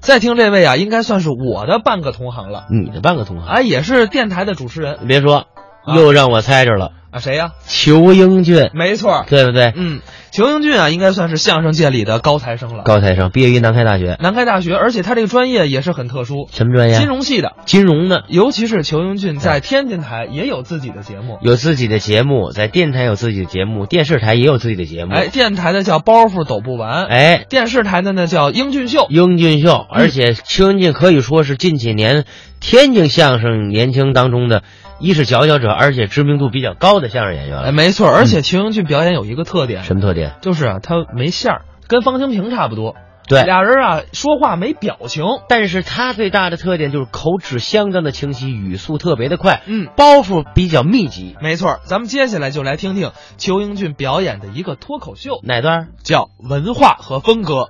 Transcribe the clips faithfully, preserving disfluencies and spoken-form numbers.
再听这位啊，应该算是我的半个同行了。 你的半个同行？ 哎，也是电台的主持人。 别说，又让我猜着了啊，谁呀？ 裘英俊。 没错， 对不对？ 嗯，裘英俊啊，应该算是相声界里的高材生了。 高材生，毕业于南开大学。 南开大学，而且他这个专业也是很特殊。 什么专业？ 金融系的。 金融的。 尤其是裘英俊在天津台也有自己的节目， 有自己的节目，在电台有自己的节目，电视台也有自己的节目。 哎，电台的叫包袱抖不完， 哎， 电视台的呢叫英俊秀。 英俊秀，而且裘英俊可以说是近几年天津相声年轻当中的。一是佼佼者，而且知名度比较高的相声演员了。 哎，没错，而且裘英俊表演有一个特点， 什么特点？ 就是啊，他没馅儿，跟方清平差不多。 对， 俩人啊说话没表情， 但是他最大的特点就是口齿相当的清晰，语速特别的快， 嗯， 包袱比较密集。 没错，咱们接下来就来听听裘英俊表演的一个脱口秀， 哪段？ 叫文化和风格。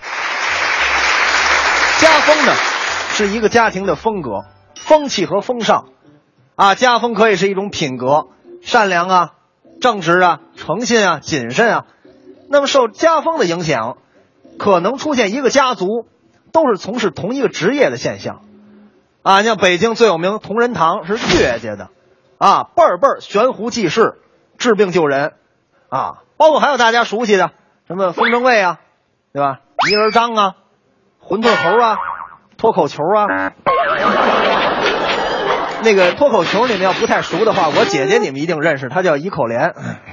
家风呢，是一个家庭的风格、风气和风尚。啊，家风可以是一种品格，善良啊、正直啊、诚信啊、谨慎啊。那么受家风的影响，可能出现一个家族都是从事同一个职业的现象。啊，像北京最有名同仁堂是岳家的，啊，辈儿辈儿悬壶济世，治病救人，啊，包括还有大家熟悉的什么风筝卫啊，对吧？泥人张啊，馄饨猴啊，脱口球啊。那个脱口球你们要不太熟的话，我姐姐你们一定认识，她叫一口莲。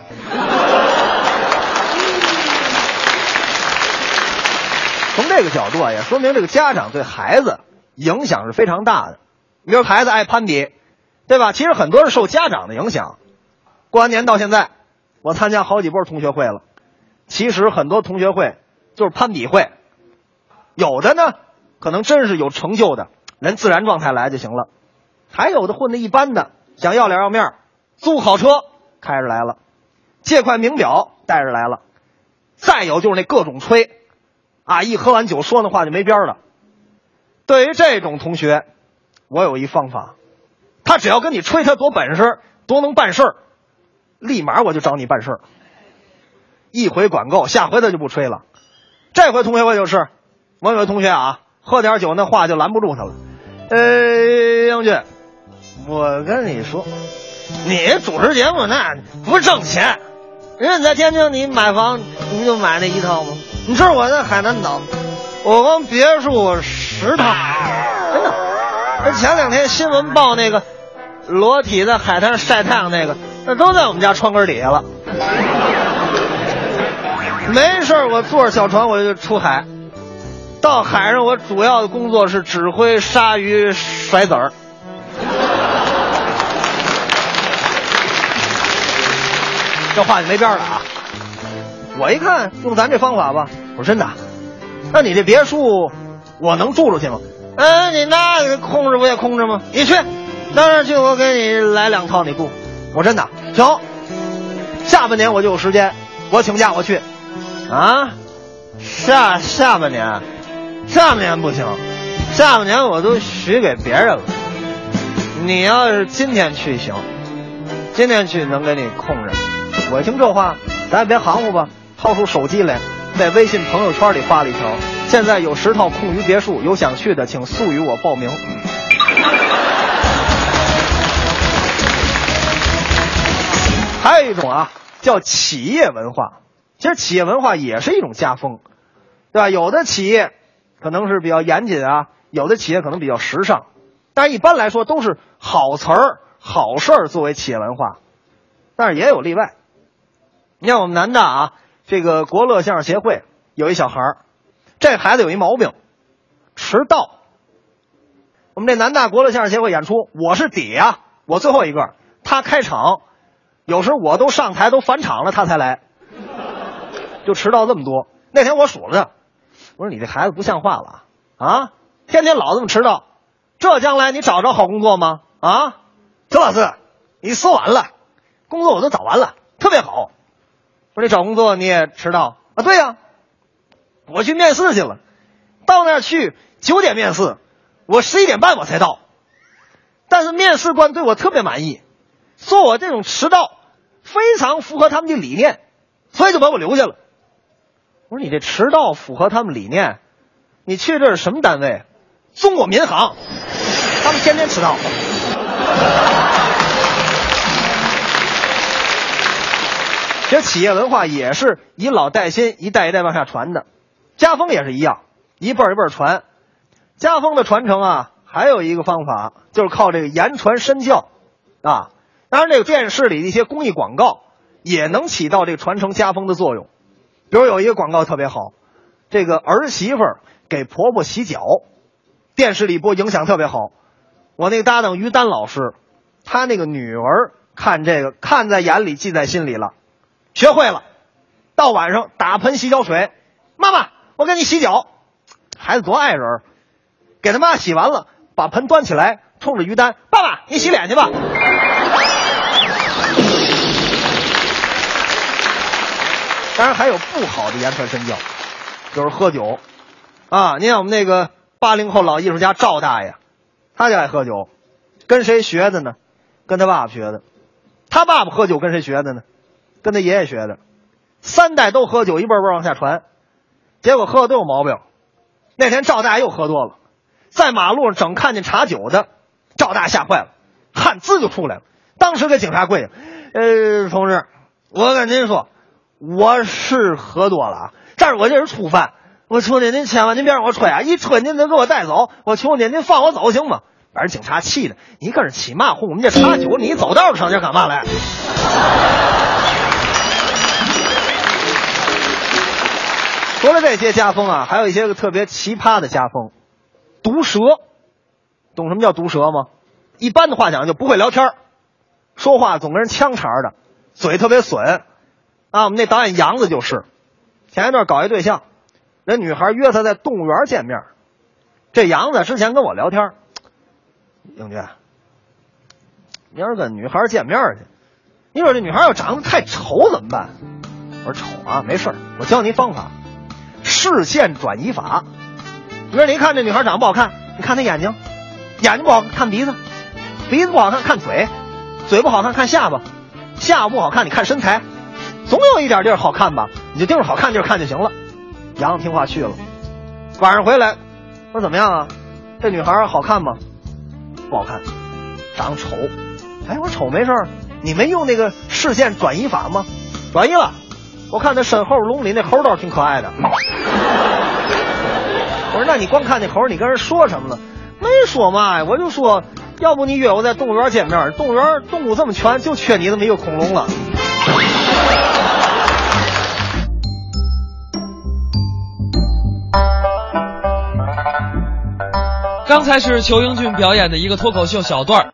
从这个角度啊，也说明这个家长对孩子影响是非常大的。你说孩子爱攀比，对吧？其实很多是受家长的影响。过完年到现在，我参加好几波同学会了，其实很多同学会就是攀比会，有的呢可能真是有成就的人，自然状态来就行了。还有的混得一般的，想要脸要面，租好车开着来了，借块名表带着来了，再有就是那各种吹，啊，一喝完酒说那话就没边了。对于这种同学，我有一方法，他只要跟你吹他多本事，多能办事儿，立马我就找你办事儿。一回管够，下回他就不吹了。这回同学会就是，我有个同学啊，喝点酒那话就拦不住他了。呃，英俊。我跟你说，你主持节目那不挣钱，人家在天津你买房你不就买那一套吗？你知道我在海南岛，我光别墅十套，真的。而前两天新闻报那个裸体在海滩晒太阳那个，那都在我们家窗根底下了。没事我坐着小船我就出海，到海上我主要的工作是指挥鲨鱼甩籽儿。这话就没边了啊！我一看用咱这方法吧，我说真的，那你这别墅我能住出去吗？嗯，你那控制不也控制吗？你去，到那儿去，我给你来两套你住。我真的行，下半年我就有时间，我请假我去。啊，下下半年，下半年不行，下半年我都许给别人了。你要是今天去行，今天去能给你控制。我一听这话，咱也别含糊吧，掏出手机来，在微信朋友圈里发了一条：现在有十套空余别墅，有想去的请速与我报名。还有一种啊，叫企业文化。其实企业文化也是一种家风，对吧？有的企业可能是比较严谨啊，有的企业可能比较时尚，但是一般来说都是好词儿、好事儿作为企业文化，但是也有例外。你看我们南大啊，这个国乐相声协会有一小孩儿，这孩子有一毛病，迟到。我们这南大国乐相声协会演出，我是底啊，我最后一个，他开场，有时我都上台都返场了，他才来，就迟到这么多。那天我数了他，我说你这孩子不像话了啊，天天老这么迟到，这将来你找着好工作吗？啊，周老师，你说完了，工作我都找完了，特别好。我说你找工作你也迟到啊？对呀、啊，我去面试去了，到那儿去九点面试，我十一点半我才到，但是面试官对我特别满意，说我这种迟到非常符合他们的理念，所以就把我留下了。我说你这迟到符合他们理念， 你去这是什么单位？中国民航，他们天天迟到。这企业文化也是以老带新，一代一代往下传的。家风也是一样，一辈儿一辈儿传。家风的传承啊，还有一个方法，就是靠这个言传身教啊。当然，这个电视里的一些公益广告也能起到这个传承家风的作用。比如有一个广告特别好，这个儿媳妇儿给婆婆洗脚，电视里播影响特别好。我那个搭档于丹老师，他那个女儿看这个看在眼里，记在心里了，学会了。到晚上打盆洗脚水，妈妈，我给你洗脚。孩子多爱人，给他妈洗完了，把盆端起来，冲着于丹，爸爸，你洗脸去吧。当然还有不好的言传身教，就是喝酒啊。你看我们那个八零后老艺术家赵大爷，他就爱喝酒，跟谁学的呢？跟他爸爸学的。他爸爸喝酒跟谁学的呢？跟他爷爷学的。三代都喝酒，一辈儿辈儿往下传，结果喝的都有毛病。那天赵大爷又喝多了，在马路上整看见查酒的，赵大爷吓坏了，汗滋就出来了，当时给警察跪下，呃，同志，我跟您说，我是喝多了啊，但是我这是初犯，我求您，您千万您别让我吹啊！一吹您得给我带走，我求您，您放我走行吗？把人警察气的，你跟人起嘛哄？我们这查酒，你走道上这干嘛来？除了这些家风啊，还有一些个特别奇葩的家风，毒舌。懂什么叫毒舌吗？一般的话讲就不会聊天，说话总跟人呛茬的，嘴特别损啊。我们那导演杨子就是，前一段搞一对象，人女孩约他在动物园见面，这杨子之前跟我聊天，英俊，你要是跟女孩见面去，你说这女孩要长得太丑怎么办？我说丑啊，没事，我教你方法，视线转移法。你说你看这女孩长得不好看，你看她眼睛，眼睛不好看看鼻子，鼻子不好看看嘴，嘴不好看看下巴，下巴不好看你看身材，总有一点地儿好看吧，你就盯着好看地儿看就行了。杨听话去了，晚上回来，我说怎么样啊？这女孩好看吗？不好看，长得丑。哎，我说丑没事儿，你没用那个视线转移法吗？转移了，我看那身后笼里那猴倒是挺可爱的。我说那你光看那猴，你跟人说什么了？没说嘛呀，我就说，要不你约我在动物园见面，动物园动物这么全，就缺你这么一个恐龙了。 刚才是裘英俊表演的一个脱口秀小段。